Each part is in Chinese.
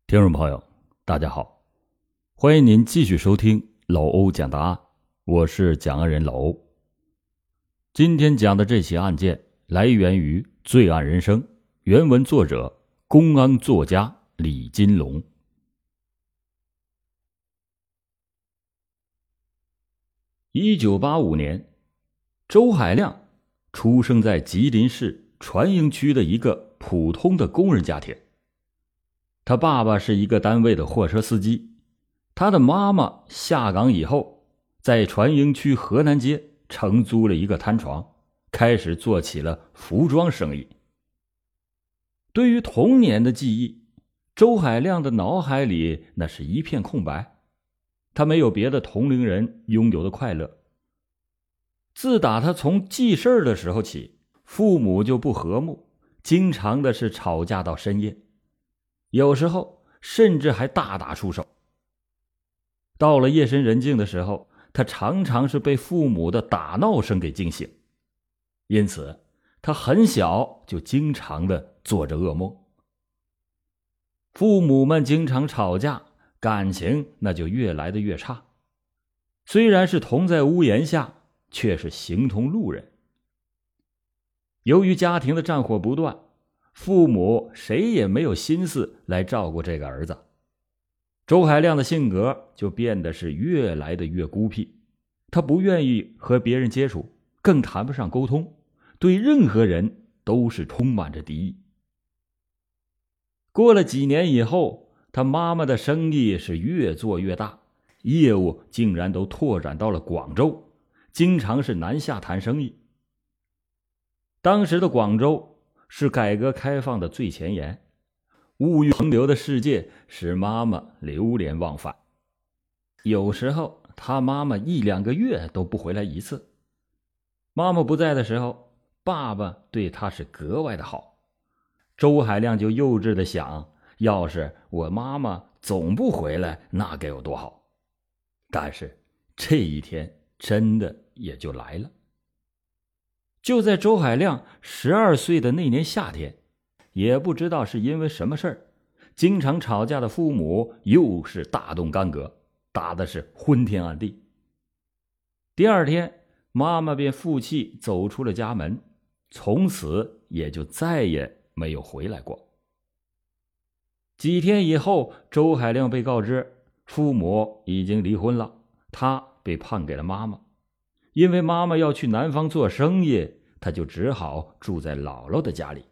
听众朋友，大家好，欢迎您继续收听老欧讲答案，我是讲案人老欧。今天讲的这起案件来源于《罪案人生》，原文作者公安作家李金龙。1985年，周海亮出生在吉林市船营区的一个普通的工人家庭。他爸爸是一个单位的货车司机，他的妈妈下岗以后，在船营区河南街承租了一个摊床，开始做起了服装生意。对于童年的记忆，周海亮的脑海里那是一片空白，他没有别的同龄人拥有的快乐。自打他从记事的时候起，父母就不和睦，经常的是吵架到深夜，有时候甚至还大打出手。到了夜深人静的时候，他常常是被父母的打闹声给惊醒，因此他很小就经常的做着噩梦。父母们经常吵架，感情那就越来的越差，虽然是同在屋檐下，却是形同路人。由于家庭的战火不断，父母谁也没有心思来照顾这个儿子，周海亮的性格就变得是越来的越孤僻，他不愿意和别人接触，更谈不上沟通，对任何人都是充满着敌意。过了几年以后，他妈妈的生意是越做越大，业务竟然都拓展到了广州，经常是南下谈生意。当时的广州是改革开放的最前沿，物欲横流的世界使妈妈流连忘返。有时候他妈妈1-2个月都不回来一次。妈妈不在的时候，爸爸对他是格外的好。周海亮就幼稚的想，要是我妈妈总不回来，那该有多好。但是这一天真的也就来了。就在周海亮12岁的那年夏天，也不知道是因为什么事儿，经常吵架的父母又是大动干戈，打的是昏天暗地。第二天，妈妈便负气走出了家门，从此也就再也没有回来过。几天以后，周海亮被告知父母已经离婚了，他被判给了妈妈。因为妈妈要去南方做生意，他就只好住在姥姥的家里。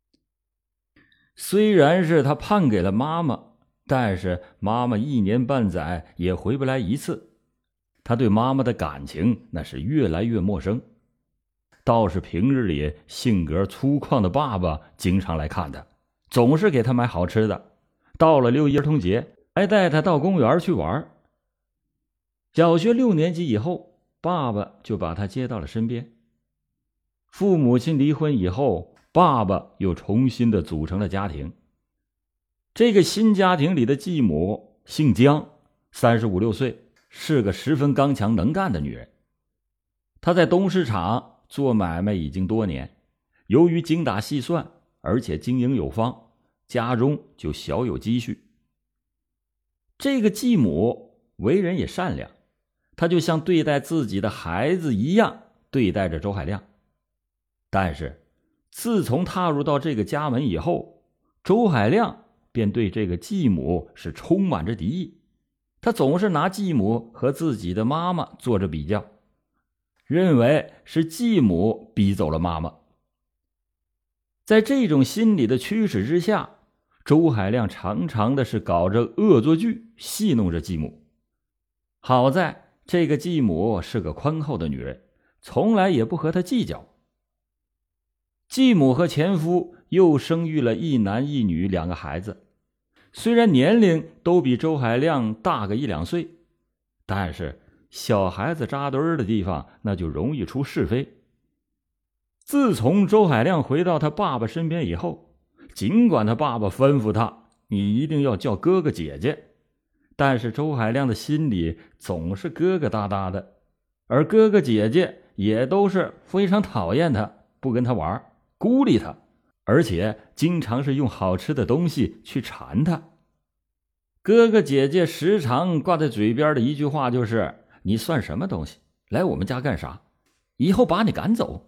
虽然是他判给了妈妈，但是妈妈1年半载也回不来一次，他对妈妈的感情那是越来越陌生。倒是平日里性格粗犷的爸爸经常来看他，总是给他买好吃的，到了6一儿童节还带他到公园去玩。小学6年级以后，爸爸就把他接到了身边。父母亲离婚以后，爸爸又重新的组成了家庭。这个新家庭里的继母姓姜，35、6岁，是个十分刚强能干的女人。她在东市场做买卖已经多年，由于精打细算，而且经营有方，家中就小有积蓄。这个继母为人也善良，她就像对待自己的孩子一样对待着周海亮。但是自从踏入到这个家门以后，周海亮便对这个继母是充满着敌意。他总是拿继母和自己的妈妈做着比较，认为是继母逼走了妈妈。在这种心理的驱使之下，周海亮常常的是搞着恶作剧戏弄着继母。好在这个继母是个宽厚的女人，从来也不和他计较。继母和前夫又生育了1男1女2个孩子，虽然年龄都比周海亮大个1-2岁，但是小孩子扎堆儿的地方那就容易出是非。自从周海亮回到他爸爸身边以后，尽管他爸爸吩咐他你一定要叫哥哥姐姐，但是周海亮的心里总是疙疙瘩瘩的，而哥哥姐姐也都是非常讨厌他，不跟他玩，孤立他，而且经常是用好吃的东西去馋他。 哥哥姐姐时常挂在嘴边的一句话就是：“你算什么东西？来我们家干啥？以后把你赶走。”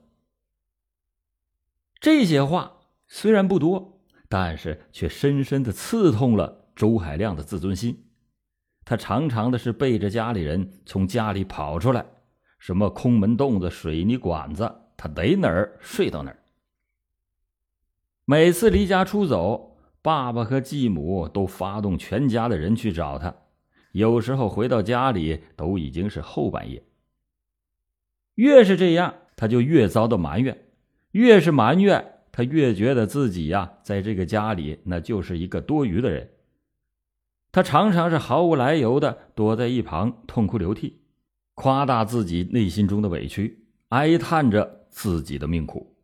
这些话虽然不多，但是却深深的刺痛了周海亮的自尊心。他常常的是背着家里人从家里跑出来，什么空门洞子、水泥管子，他逮哪儿睡到哪儿。每次离家出走，爸爸和继母都发动全家的人去找他，有时候回到家里都已经是后半夜。越是这样，他就越遭到埋怨，越是埋怨，他越觉得自己在这个家里那就是一个多余的人。他常常是毫无来由的躲在一旁痛哭流涕，夸大自己内心中的委屈，哀叹着自己的命苦。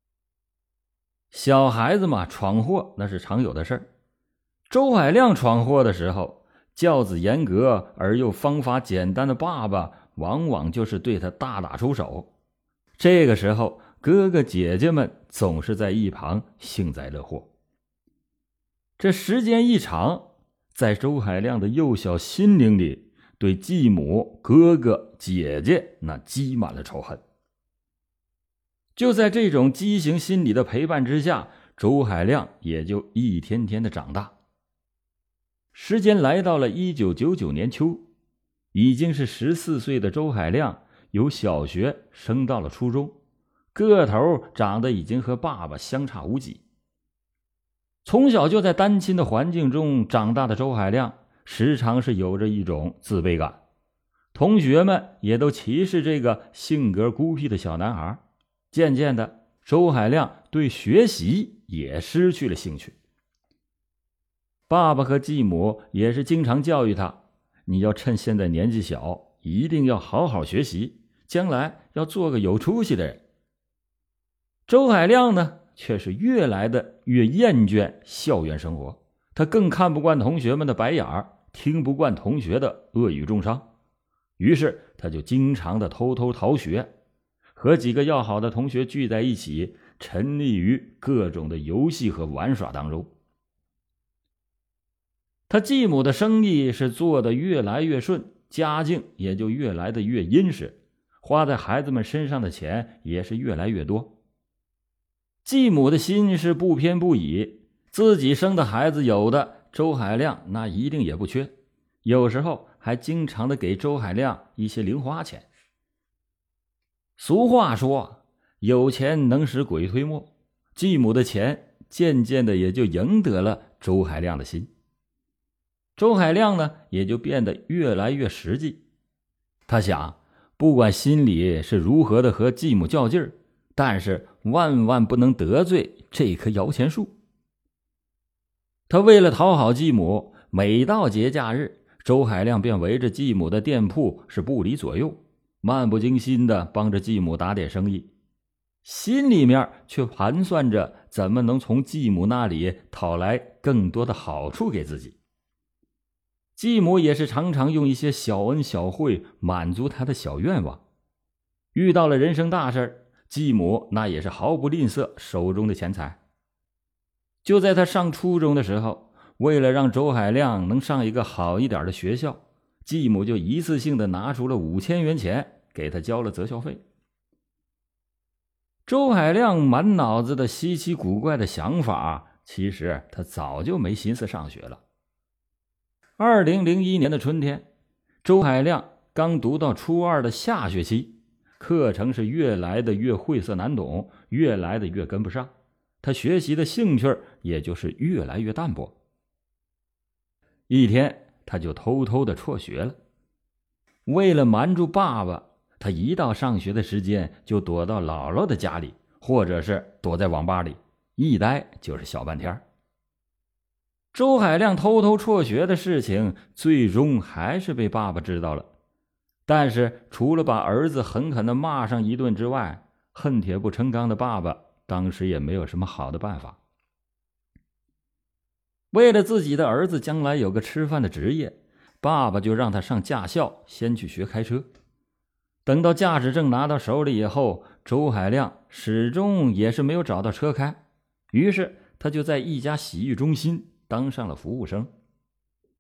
小孩子嘛，闯祸那是常有的事儿。周海亮闯祸的时候，教子严格而又方法简单的爸爸往往就是对他大打出手。这个时候，哥哥姐姐们总是在一旁幸灾乐祸。这时间一长，在周海亮的幼小心灵里，对继母、哥哥、姐姐那积满了仇恨。就在这种畸形心理的陪伴之下，周海亮也就一天天的长大。时间来到了1999年秋，已经是14岁的周海亮由小学升到了初中，个头长得已经和爸爸相差无几。从小就在单亲的环境中长大的周海亮，时常是有着一种自卑感，同学们也都歧视这个性格孤僻的小男孩。渐渐的，周海亮对学习也失去了兴趣。爸爸和继母也是经常教育他，你要趁现在年纪小，一定要好好学习，将来要做个有出息的人。周海亮呢，却是越来的越厌倦校园生活，他更看不惯同学们的白眼儿，听不惯同学的恶语重伤，于是他就经常的偷偷逃学，和几个要好的同学聚在一起，沉溺于各种的游戏和玩耍当中。他继母的生意是做得越来越顺，家境也就越来的越殷实，花在孩子们身上的钱也是越来越多。继母的心是不偏不倚，自己生的孩子有的，周海亮那一定也不缺，有时候还经常的给周海亮一些零花钱。俗话说，有钱能使鬼推磨，继母的钱渐渐的也就赢得了周海亮的心。周海亮呢，也就变得越来越实际。他想，不管心里是如何的和继母较劲儿，但是万万不能得罪这棵摇钱树。他为了讨好继母，每到节假日，周海亮便围着继母的店铺是不离左右，漫不经心地帮着继母打点生意，心里面却盘算着怎么能从继母那里讨来更多的好处给自己。继母也是常常用一些小恩小惠满足他的小愿望。遇到了人生大事，继母那也是毫不吝啬手中的钱财。就在他上初中的时候，为了让周海亮能上一个好一点的学校，继母就一次性的拿出了5000元钱给他交了择校费。周海亮满脑子的稀奇古怪的想法，其实他早就没心思上学了。2001年的春天，周海亮刚读到初二的下学期，课程是越来的越晦涩难懂，越来的越跟不上，他学习的兴趣也就是越来越淡薄。一天，他就偷偷的辍学了。为了瞒住爸爸，他一到上学的时间就躲到姥姥的家里，或者是躲在网吧里，一待就是小半天。周海亮偷偷辍学的事情最终还是被爸爸知道了，但是除了把儿子狠狠地骂上一顿之外，恨铁不成钢的爸爸当时也没有什么好的办法。为了自己的儿子将来有个吃饭的职业，爸爸就让他上驾校先去学开车。等到驾驶证拿到手里以后，周海亮始终也是没有找到车开，于是他就在一家洗浴中心当上了服务生。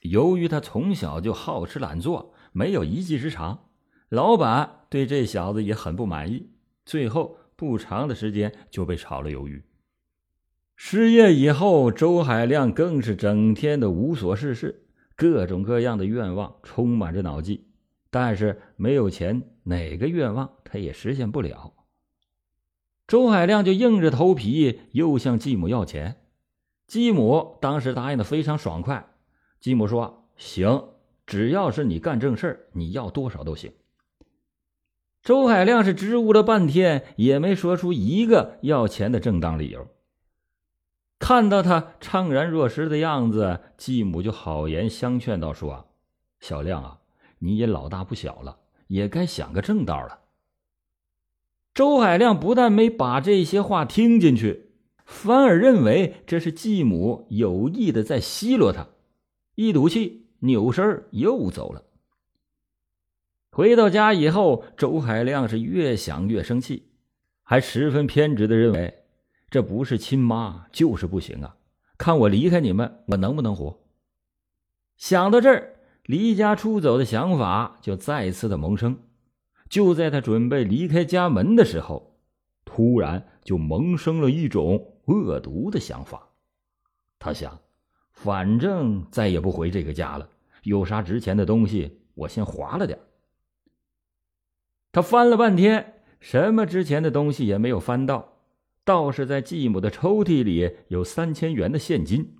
由于他从小就好吃懒做，没有一技之长，老板对这小子也很不满意，最后不长的时间就被炒了鱿鱼。失业以后，周海亮更是整天的无所事事，各种各样的愿望充满着脑际，但是没有钱，哪个愿望他也实现不了。周海亮就硬着头皮又向继母要钱，继母当时答应的非常爽快。继母说：“行，只要是你干正事，你要多少都行。”周海亮是支吾了半天，也没说出一个要钱的正当理由。看到他怅然若失的样子，继母就好言相劝道：“说小亮啊，你也老大不小了，也该想个正道了。”周海亮不但没把这些话听进去，反而认为这是继母有意的在奚落他，一赌气扭身又走了。回到家以后，周海亮是越想越生气，还十分偏执的认为这不是亲妈就是不行啊，看我离开你们我能不能活。想到这儿，离家出走的想法就再次的萌生。就在他准备离开家门的时候，突然就萌生了一种恶毒的想法。他想，反正再也不回这个家了，有啥值钱的东西我先划了点。他翻了半天，什么值钱的东西也没有翻到，倒是在继母的抽屉里有3000元的现金。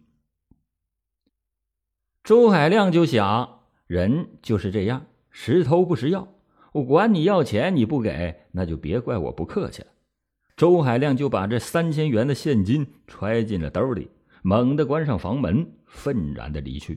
周海亮就想，人就是这样，识偷不识药，我管你要钱你不给，那就别怪我不客气了。周海亮就把这3000元的现金揣进了兜里，猛地关上房门，愤然的离去。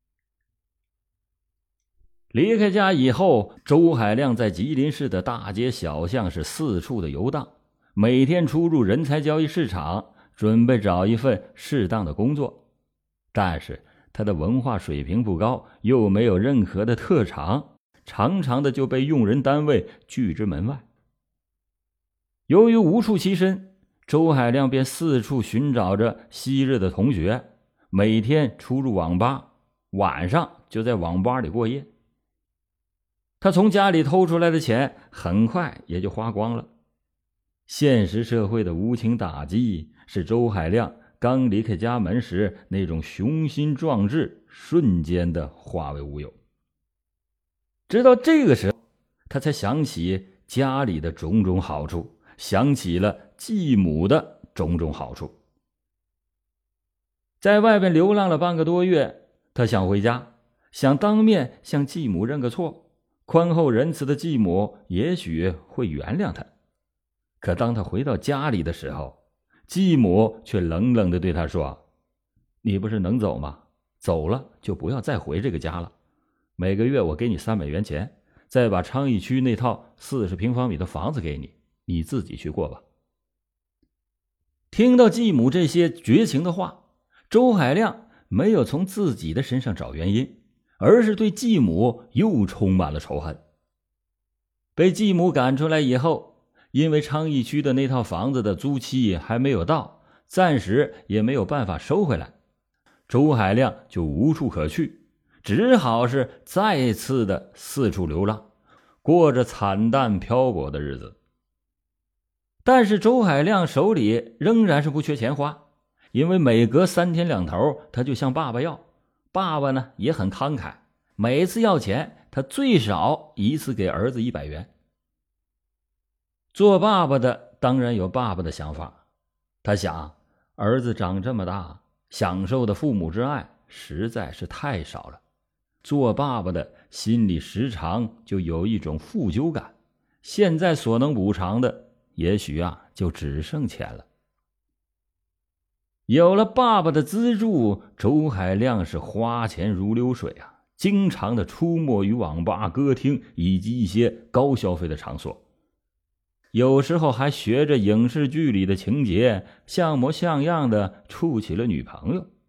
离开家以后，周海亮在吉林市的大街小巷是四处的游荡，每天出入人才交易市场，准备找一份适当的工作。但是他的文化水平不高，又没有任何的特长，常常的就被用人单位拒之门外。由于无处栖身，周海亮便四处寻找着昔日的同学，每天出入网吧，晚上就在网吧里过夜。他从家里偷出来的钱很快也就花光了。现实社会的无情打击，使周海亮刚离开家门时那种雄心壮志瞬间的化为乌有。直到这个时候，他才想起家里的种种好处，想起了继母的种种好处。在外边流浪了半个多月，他想回家，想当面向继母认个错，宽厚仁慈的继母也许会原谅他。可当他回到家里的时候，继母却冷冷地对他说：“你不是能走吗？走了就不要再回这个家了。每个月我给你300元钱，再把昌邑区那套40平方米的房子给你，你自己去过吧。”听到继母这些绝情的话，周海亮没有从自己的身上找原因，而是对继母又充满了仇恨。被继母赶出来以后，因为昌邑区的那套房子的租期还没有到，暂时也没有办法收回来，周海亮就无处可去，只好是再次的四处流浪，过着惨淡漂泊的日子。但是周海亮手里仍然是不缺钱花，因为每隔3天2头他就向爸爸要，爸爸呢也很慷慨，每次要钱他最少一次给儿子100元。做爸爸的当然有爸爸的想法，他想儿子长这么大，享受的父母之爱实在是太少了，做爸爸的心里时常就有一种负疚感，现在所能补偿的也许就只剩钱了。有了爸爸的资助，周海亮是花钱如流水经常的出没于网吧、歌厅以及一些高消费的场所，有时候还学着影视剧里的情节，像模像样的处起了女朋友。